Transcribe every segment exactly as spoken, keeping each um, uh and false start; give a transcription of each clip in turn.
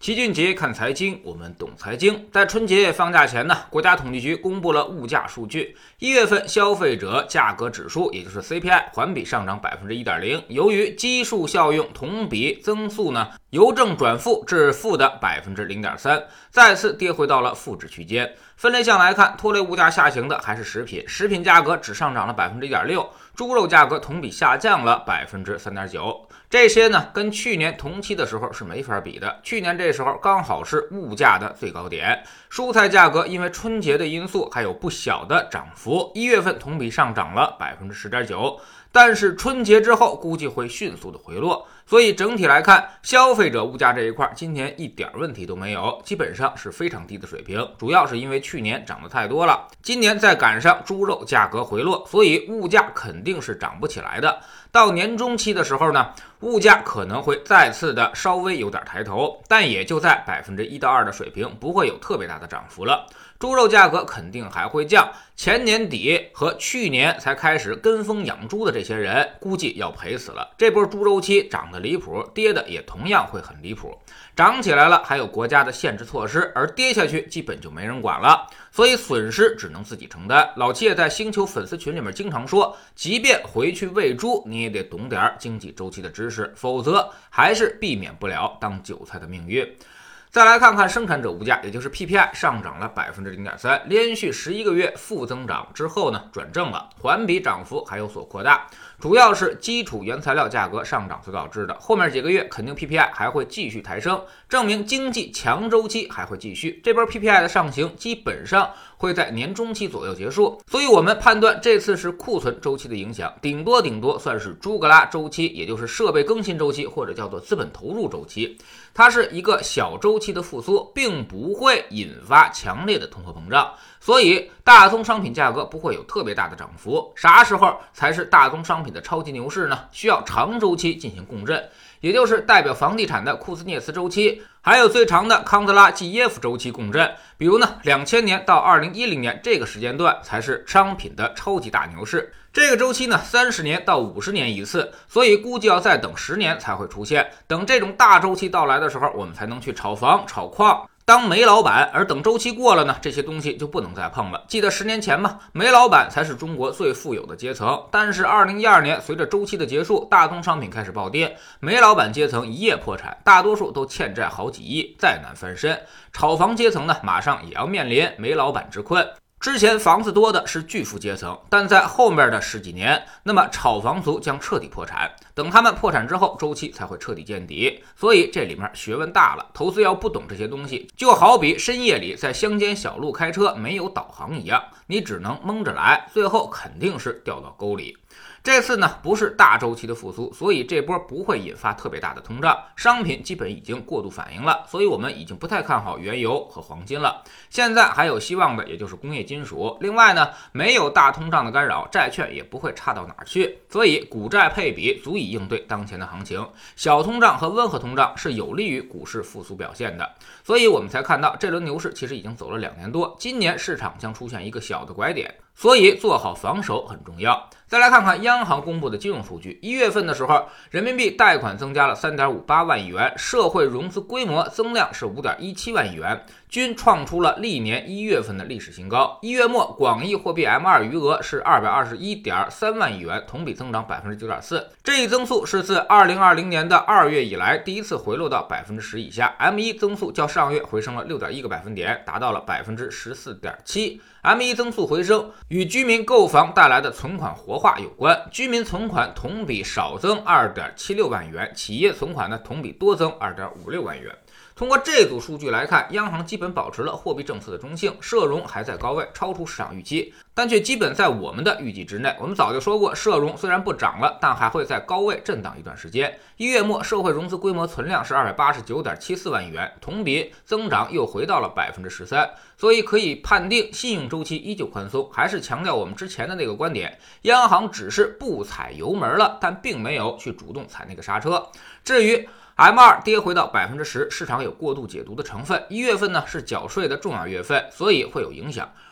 齐俊杰看财经，我们懂财经。在春节放假前呢，国家统计局公布了物价数据。一月份消费者价格指数，也就是 C P I， 环比上涨 百分之一点零。由于基数效用，同比增速呢由正转负至负的 百分之零点三， 再次跌回到了负值区间。分类项来看，拖累物价下行的还是食品，食品价格只上涨了 百分之一点六， 猪肉价格同比下降了 百分之三点九。这些呢跟去年同期的时候是没法比的，去年这时候刚好是物价的最高点。蔬菜价格因为春节的因素还有不小的涨幅，一月份同比上涨了 百分之十点九， 但是春节之后估计会迅速的回落。所以整体来看，消费者物价这一块今年一点问题都没有，基本上是非常低的水平，主要是因为去年涨得太多了，今年再赶上猪肉价格回落，所以物价肯定是涨不起来的。到年中期的时候呢，物价可能会再次的稍微有点抬头，但也就在 百分之一到二 的水平，不会有特别大的涨幅了。猪肉价格肯定还会降，前年底和去年才开始跟风养猪的这些人估计要赔死了。这波猪周期涨得离谱，跌的也同样会很离谱。涨起来了还有国家的限制措施，而跌下去基本就没人管了，所以损失只能自己承担。老七也在星球粉丝群里面经常说，即便回去喂猪，你也得懂点经济周期的知识，否则还是避免不了当韭菜的命运。再来看看生产者物价，也就是 P P I 上涨了 百分之零点三， 连续十一个月负增长之后呢转正了，环比涨幅还有所扩大，主要是基础原材料价格上涨所导致的，后面几个月肯定 P P I 还会继续抬升，证明经济强周期还会继续。这波 P P I 的上行基本上会在年中期左右结束，所以我们判断这次是库存周期的影响，顶多顶多算是朱格拉周期，也就是设备更新周期，或者叫做资本投入周期，它是一个小周期的复苏，并不会引发强烈的通货膨胀，所以大宗商品价格不会有特别大的涨幅。啥时候才是大宗商品的超级牛市呢？需要长周期进行共振，也就是代表房地产的库兹涅茨周期，还有最长的康德拉季耶夫周期共振。比如呢，两千年到二零一零年这个时间段才是商品的超级大牛市。这个周期呢，三十年到五十年一次，所以估计要再等十年才会出现。等这种大周期到来的时候，我们才能去炒房、炒矿，当煤老板。而等周期过了呢，这些东西就不能再碰了。记得十年前嘛，煤老板才是中国最富有的阶层，但是二零一二年随着周期的结束，大宗商品开始暴跌，煤老板阶层一夜破产，大多数都欠债好几亿，再难翻身。炒房阶层呢，马上也要面临煤老板之困。之前房子多的是巨富阶层，但在后面的十几年，那么炒房族将彻底破产，等他们破产之后，周期才会彻底见底。所以这里面学问大了，投资要不懂这些东西，就好比深夜里在乡间小路开车没有导航一样，你只能蒙着来，最后肯定是掉到沟里。这次呢不是大周期的复苏，所以这波不会引发特别大的通胀，商品基本已经过度反应了，所以我们已经不太看好原油和黄金了。现在还有希望的也就是工业金属，另外呢没有大通胀的干扰，债券也不会差到哪儿去，所以股债配比足以应对当前的行情。小通胀和温和通胀是有利于股市复苏表现的，所以我们才看到这轮牛市其实已经走了两年多，今年市场将出现一个小的拐点，所以做好防守很重要。再来看看央行公布的金融数据，一月份的时候，人民币贷款增加了 三点五八万亿元，社会融资规模增量是 五点一七万亿元，均创出了历年一月份的历史新高。一月末，广义货币 M 二 余额是 二百二十一点三万亿元，同比增长 百分之九点四， 这一增速是自二零二零年的二月以来第一次回落到 百分之十 以下。 M 一 增速较上月回升了 六点一个百分点，达到了 百分之十四点七。 M 一 增速回升与居民购房带来的存款活化有关，居民存款同比少增 二点七六万元，企业存款呢同比多增 二点五六万元。通过这组数据来看，央行基本保持了货币政策的中性，社融还在高位，超出市场预期，但却基本在我们的预计之内。我们早就说过，社融虽然不涨了，但还会在高位震荡一段时间。一月末，社会融资规模存量是 二百八十九点七四万亿元，同比增长又回到了 百分之十三， 所以可以判定信用周期依旧宽松。还是强调我们之前的那个观点，央行只是不踩油门了，但并没有去主动踩那个刹车。至于M 二 跌回到 百分之十， 市场有过度解读的成分。一月份呢是缴税的重要月份，所以会有影响。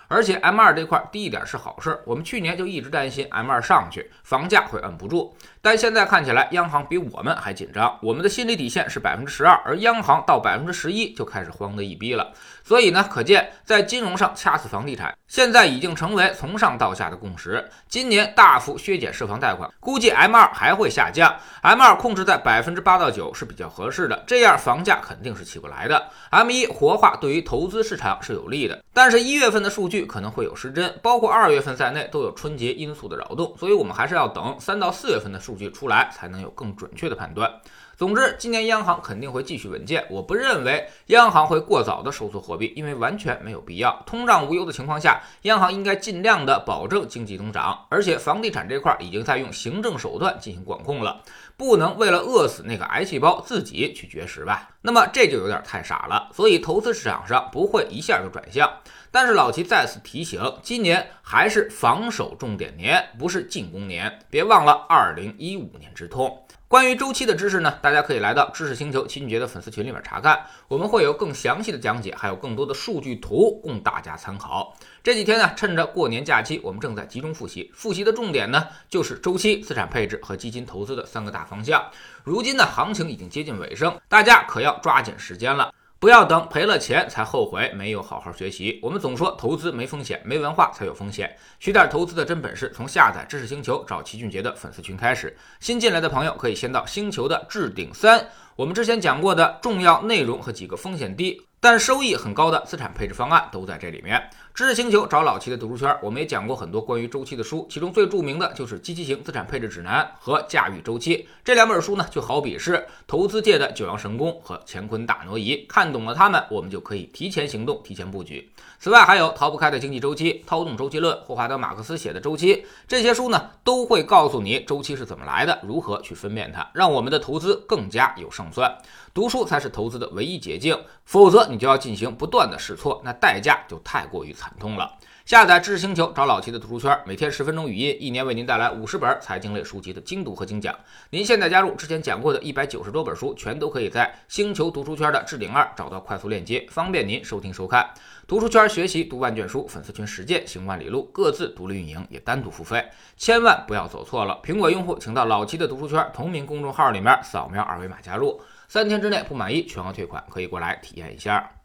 而且 M 二 这块低一点是好事，我们去年就一直担心 M 二 上去房价会摁不住，但现在看起来央行比我们还紧张，我们的心理底线是 百分之十二， 而央行到 百分之十一 就开始慌得一逼了。所以呢，可见在金融上掐死房地产现在已经成为从上到下的共识。今年大幅削减涉房贷款，估计 M 二 还会下降， M 二 控制在 百分之八到九 是比较合适的，这样房价肯定是起不来的。 M 一 活化对于投资市场是有利的，但是一月份的数据可能会有失真，包括二月份在内都有春节因素的扰动，所以我们还是要等三到四月份的数据出来才能有更准确的判断。总之，今年央行肯定会继续稳健，我不认为央行会过早的收缩货币，因为完全没有必要。通胀无忧的情况下，央行应该尽量的保证经济增长，而且房地产这块已经在用行政手段进行管控了，不能为了饿死那个癌细胞自己去绝食吧？那么这就有点太傻了，所以投资市场上不会一下就转向。但是老齐再次提醒，今年还是防守重点年，不是进攻年，别忘了二零一五年之痛。关于周期的知识呢，大家可以来到知识星球齐俊杰的粉丝群里面查看，我们会有更详细的讲解，还有更多的数据图供大家参考。这几天呢，趁着过年假期，我们正在集中复习，复习的重点呢就是周期、资产配置和基金投资的三个大方向。如今呢，行情已经接近尾声，大家可要抓紧时间了。不要等赔了钱才后悔没有好好学习。我们总说投资没风险，没文化才有风险。学点投资的真本事，从下载知识星球找齐俊杰的粉丝群开始。新进来的朋友可以先到星球的置顶三，我们之前讲过的重要内容和几个风险低但收益很高的资产配置方案都在这里面。知识星球找老齐的读书圈，我们也讲过很多关于周期的书，其中最著名的就是《机器型资产配置指南》和《驾驭周期》这两本书呢，就好比是投资界的九阳神功和乾坤大挪移，看懂了它们，我们就可以提前行动，提前布局。此外还有逃不开的经济周期、操纵周期论、霍华德马克思写的周期，这些书呢都会告诉你周期是怎么来的，如何去分辨它，让我们的投资更加有胜算。读书才是投资的唯一捷径，否则你就要进行不断的试错，那代价就太过于惨痛了。下载知识星球找老齐的读书圈，每天十分钟语音，一年为您带来五十本财经类书籍的精读和精讲。您现在加入，之前讲过的一百九十多本书全都可以在星球读书圈的置顶二找到快速链接，方便您收听收看。读书圈学习读万卷书，粉丝群实践行万里路，各自独立运营，也单独付费，千万不要走错了。苹果用户请到老齐的读书圈同名公众号里面扫描二维码加入，三天之内不满意全额退款，可以过来体验一下。